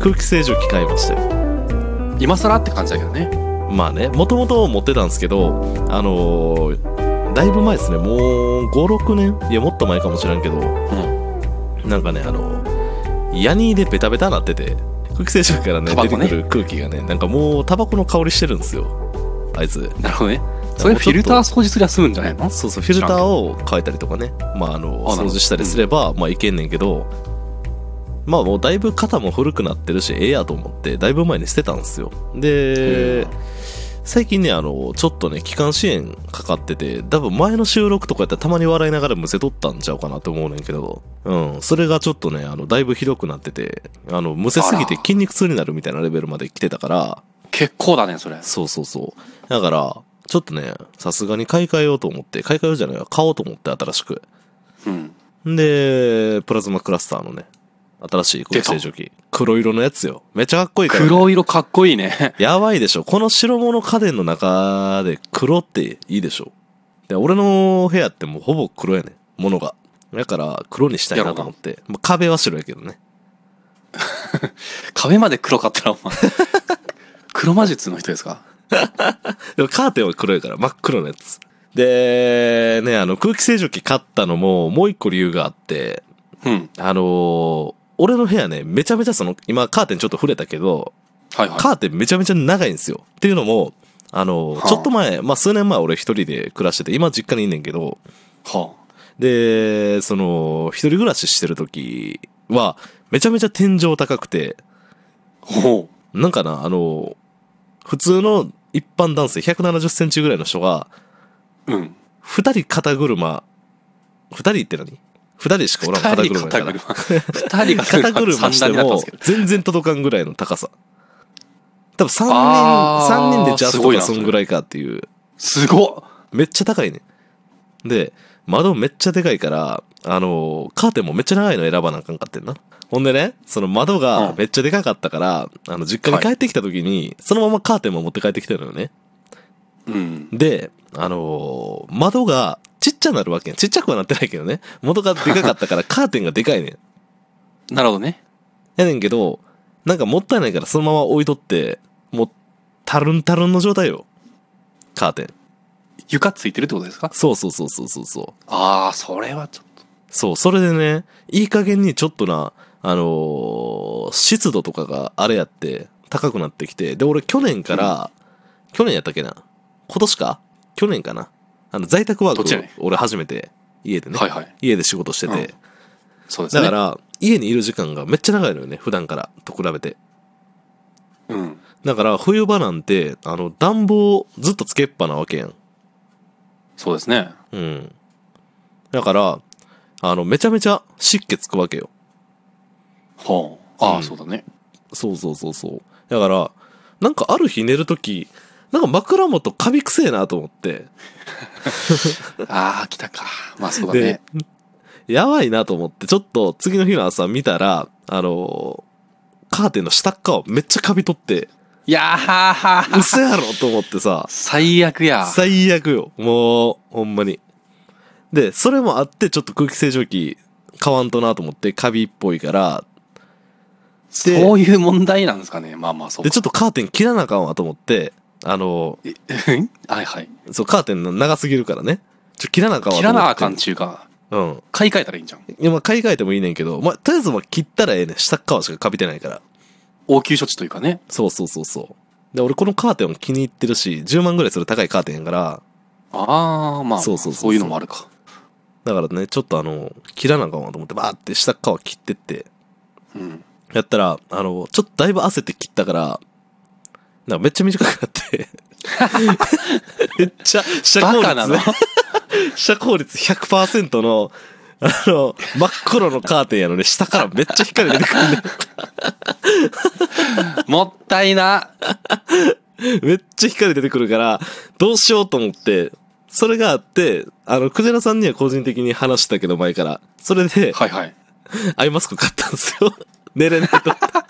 空気清浄機買いましたよ。 今更って感じだけどね。 まあね、もともと持ってたんですけど、だいぶ前ですね。もう5、6年、いやもっと前かもしれんけど、なんかね、ヤニでベタベタなってて、空気清浄機からね、出てくる空気がね、なんかもうタバコの香りしてるんですよ、あいつ。 なるほどね。それフィルター掃除すりゃ済むんじゃないの？ そうそう、フィルターを変えたりとかね、まあ掃除したりすれば、まあいけんねんけど、まあもうだいぶ肩も古くなってるし、ええやと思って、だいぶ前に捨てたんですよ。で、最近ね、ちょっとね、気管支炎かかってて、多分前の収録とかやったらたまに笑いながらむせとったんちゃうかなと思うねんけど、それがちょっとね、だいぶひどくなってて、むせすぎて筋肉痛になるみたいなレベルまで来てたから、 結構だね、それ。 そうそうそう。だから、ちょっとね、さすがに買い替えようと思って、買い替えようじゃないわ、買おうと思って新しく。で、プラズマクラスターのね、新しい空気清浄機。黒色のやつよ。めっちゃかっこいいから、ね。 黒色かっこいいね。 やばいでしょ。この白物家電の中で黒っていいでしょ。で、俺の部屋ってもうほぼ黒やねん。物が。だから黒にしたいなと思って。まあ、壁は白やけどね。 壁まで黒かったらお前。黒魔術の人ですか？ でもカーテンは黒いから真っ黒なやつ。で、ね、空気清浄機買ったのももう一個理由があって、俺の部屋ね、めちゃめちゃ今カーテンちょっと触れたけど、カーテンめちゃめちゃ長いんですよ。っていうのも、ちょっと前、まあ数年前俺一人で暮らしてて、今実家にいんねんけど、で、一人暮らししてる時は、めちゃめちゃ天井高くて、なんかな、普通の一般男性170センチぐらいの人が、二人肩車、二人って何？二人しかおらん肩車やから。 二人が肩車しても全然届かんぐらいの高さ。多分三人でジャストがそんぐらいかっていう。 すごっ！ めっちゃ高いね。で、窓めっちゃでかいから、カーテンもめっちゃ長いの選ばなあかんかってんな。ほんでね、その窓がめっちゃでかかったから、実家に帰ってきた時に、そのままカーテンも持って帰ってきたのよね。で、窓がちっちゃなるわけやん。ちっちゃくはなってないけどね。窓がでかかったからカーテンがでかいねん。なるほどね。 やねんけど、なんかもったいないからそのまま置いとって、もう、タルンタルンの状態よ。カーテン。 床ついてるってことですか？ そうそうそうそうそう。 ああ、それはちょっと。そう、 それでね、いい加減にちょっとな、湿度とかがあれやって高くなってきて、で、俺去年から、去年やったっけな？今年か？去年かな？在宅ワーク俺初めて家でね、家で仕事してて、 そうですね。 だから家にいる時間がめっちゃ長いのよね、普段からと比べて。だから冬場なんて暖房ずっとつけっぱなわけやん。 そうですね。 だからめちゃめちゃ湿気つくわけよ。 そうだね。 そう。だからなんかある日寝るとき、なんか枕元カビくせえなと思って。 来たか。まあそうだね。 やばいなと思って、ちょっと次の日の朝見たら、カーテンの下っ側めっちゃカビ取って。嘘やろと思ってさ。 最悪や。 最悪よ。もう、ほんまに。で、それもあって、ちょっと空気清浄機買わんとなと思って、カビっぽいから。 そういう問題なんですかね。まあまあそう。 で、ちょっとカーテン切らなあかんわと思って、そう、カーテン長すぎるからね。切らなあかんわと思って。 切らなあかんちゅうか。買い替えたらいいんじゃん。 いや、まあ買い替えてもいいねんけど、まあ、とりあえず切ったらええねん。下っ側しかカビてないから。 応急処置というかね。 そう。で、俺このカーテンを気に入ってるし、10万ぐらいする高いカーテンやから。 まあ、そういうのもあるか。 だからね、ちょっと切らなあかんわと思って、バーって下っ側切ってって。やったら、ちょっとだいぶ焦って切ったから、なんかめっちゃ短くなって。めっちゃ、 バカなの？ 遮光率 100% の、真っ黒のカーテンやのに、下からめっちゃ光出てくるね。 もったいな。 めっちゃ光出てくるから、どうしようと思って、それがあって、クジラさんには個人的に話したけど、前から。それで、アイマスク買ったんですよ。寝れないと。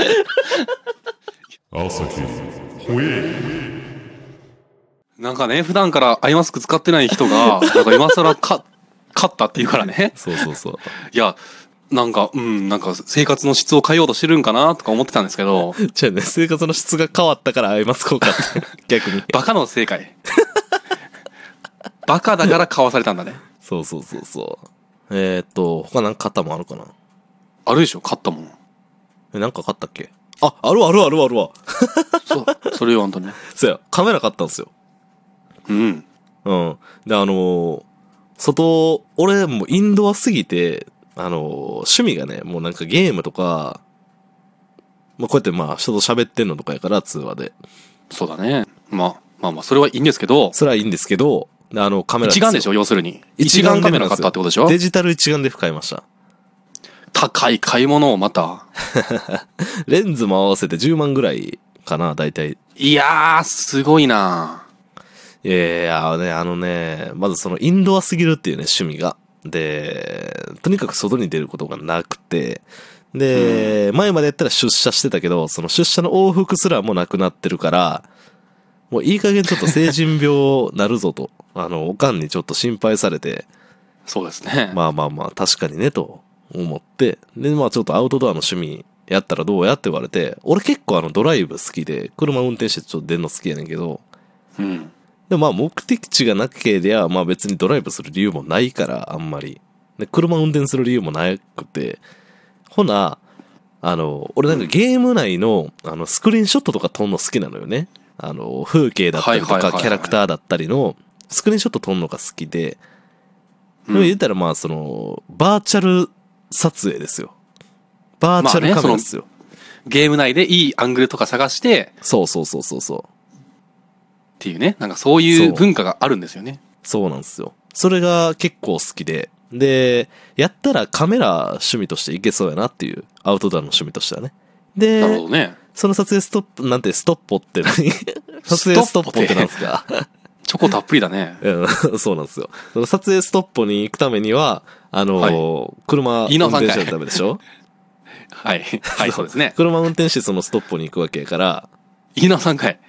朝日ほえ。 なんかね、普段からアイマスク使ってない人が、なんか今更買ったって言うからね。 そう。 いや、 なんか生活の質を変えようとしてるんかなとか思ってたんですけど。 じゃあね、生活の質が変わったからアイマスクを買って、逆に。 バカの正解。バカだから買わされたんだね。 そうそうそうそう。他なんか買ったもんあるかな？ あるでしょ、買ったもん。 なんか買ったっけ？あるわ。 それ言わんとね。 そうや、カメラ買ったんですよ。 うん。 で、俺もうインドアすぎて、趣味がね、もうなんかゲームとか、こうやって人と喋ってんのとかやから、通話で。 そうだね。まあ、それはいいんですけど。 それはいいんですけど、カメラ。 一眼でしょ、要するに。一眼カメラ買ったってことでしょ？ デジタル一眼で買いました。 高い買い物をまた。 レンズも合わせて10万ぐらいかな、大体。 いやー、すごいないやまずそのインドアすぎるっていうね、趣味が。で、とにかく外に出ることがなくて、で、前までやったら出社してたけど、その出社の往復すらもなくなってるから、もういい加減ちょっと成人病なるぞと、おかんにちょっと心配されて、 そうですね。 まあ、確かにね、と思って、で、ちょっとアウトドアの趣味やったらどうやって言われて、俺結構ドライブ好きで、車運転してちょっと出んの好きやねんけど、 うん。 で目的地がなければ、別にドライブする理由もないから、あんまり。で、車運転する理由もなくて、ほな、俺なんかゲーム内の、スクリーンショットとか撮るの好きなのよね。風景だったりとか、キャラクターだったりの、スクリーンショット撮るのが好きで、でも言ったらバーチャル撮影ですよ。バーチャルカメラですよ。 ゲーム内でいいアングルとか探して、 そう。 っていうね、なんかそういう文化があるんですよね。 そうなんですよ。それが結構好きで、で、やったらカメラ趣味としていけそうやなっていう、アウトドアの趣味としてはね。で、 なるほどね。 その撮影ストップ、なんてストッポって何？撮影ストッポってなんですか？ チョコたっぷりだね。 そうなんですよ。その撮影ストッポに行くためには、車運転しないとダメでしょ？ はい。はい、そうですね。 車運転してそのストッポに行くわけやから。 飯野さんかい。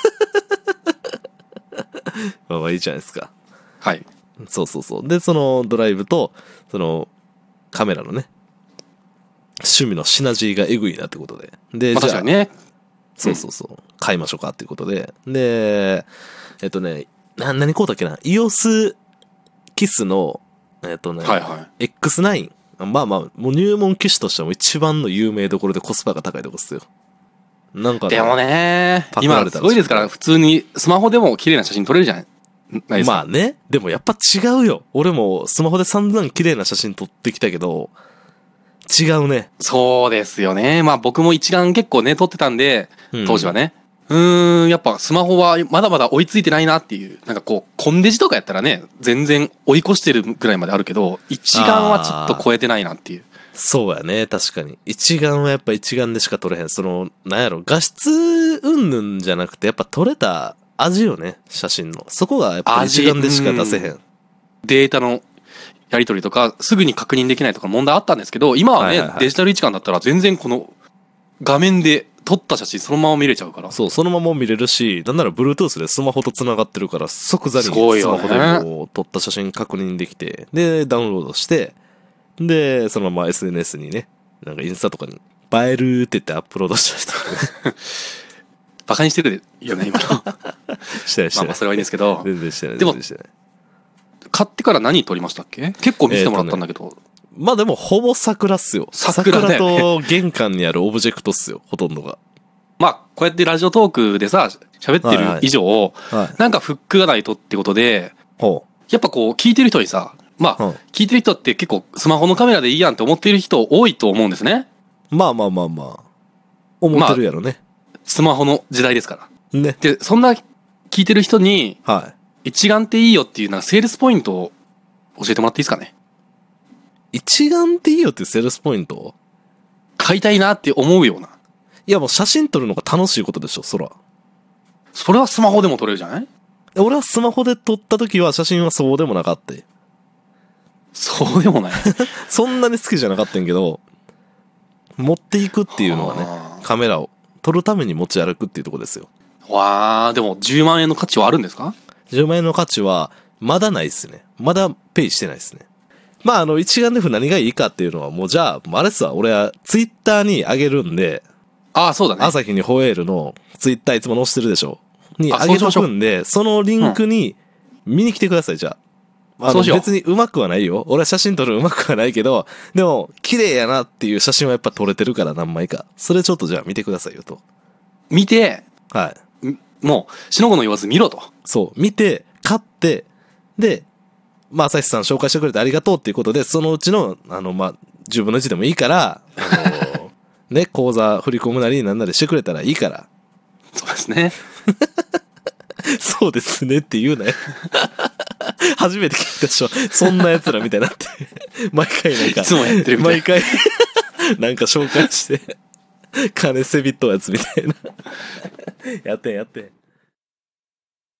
まあいいじゃないですか。 はい。 そう。で、そのドライブと、そのカメラのね、趣味のシナジーがエグいなってことで。で、 確かにね。 そう。買いましょうかっていうことで。で、何買うたっけな？ EOS キスの、X9。もう入門機種としても一番の有名どころでコスパが高いとこですよ。なんか、 でもね、今すごいですから、普通にスマホでも綺麗な写真撮れるじゃないですか。 ね。でもやっぱ違うよ。俺もスマホで散々綺麗な写真撮ってきたけど、違うね。 そうですよね。僕も一眼結構ね、撮ってたんで、当時はね。やっぱスマホはまだまだ追いついてないなっていう。なんかコンデジとかやったらね、全然追い越してるぐらいまであるけど、一眼はちょっと超えてないなっていう。 そうやね、確かに。一眼はやっぱ一眼でしか撮れへん。画質云々じゃなくて、やっぱ撮れた味よね、写真の。そこがやっぱ一眼でしか出せへん。 データのやり取りとか、すぐに確認できないとか問題あったんですけど、今はね、デジタル一眼だったら全然この画面で撮った写真そのまま見れちゃうから。 そう、そのまま見れるし、なんなら Bluetooth でスマホと繋がってるから、即座にスマホでも撮った写真確認できて、で、ダウンロードして、で、そのまま SNS にね、なんかインスタとかに映えるって言ってアップロードした人。 バカにしてるよね、今の。 してない。 それはいいんですけど。 全然してない。 でも、買ってから何撮りましたっけ？結構見せてもらったんだけど。 でもほぼ桜っすよ。 桜だよね。 と玄関にあるオブジェクトっすよ、ほとんどが。 こうやってラジオトークでさ、喋ってる以上、なんかフックがないとってことで、やっぱ聞いてる人にさ、聞いてる人って結構スマホのカメラでいいやんって思ってる人多いと思うんですね。 思ってるやろね。 スマホの時代ですから。 ね。 で、そんな聞いてる人に、一眼っていいよっていうなんかセールスポイントを教えてもらっていいですかね。 一眼っていいよっていうセールスポイント？ 買いたいなって思うような。 いやもう写真撮るのが楽しいことでしょ、そら。 それはスマホでも撮れるじゃない？ 俺はスマホで撮った時は写真はそうでもなかった。 そうでもないそんなに好きじゃなかったんけど、持っていくっていうのはね、カメラを撮るために持ち歩くっていうところですよ。 わー、でも10万円の価値はあるんですか？ 10 万円の価値はまだないですね。まだペイしてないですね。 まあ一眼レフ何がいいかっていうのはもうじゃあ、あれっすわ、俺はツイッターに上げるんで、 ああ、そうだね。 朝日にホエールのツイッターいつも載せてるでしょに上げとくんで、そのリンクに見に来てください、じゃあ。別に上手くはないよ。俺は写真撮る上手くはないけど、でも、綺麗やなっていう写真はやっぱ撮れてるから何枚か。それちょっとじゃあ見てくださいよと。 見て、 はい。 もう、しのごの言わず見ろと。 そう。見て、買って、で、まあ、朝日さん紹介してくれてありがとうっていうことで、そのうちの、まあ、10分の1でもいいから、ね、口座振り込むなりなんなりしてくれたらいいから。 そうですね。 そうですねって言うなよ。初めて聞いたでしょ。そんな奴らみたいになって。毎回なんか。 いつもやってるみたいな。 毎回、なんか紹介して、金せびっとうやつみたいな。やってん。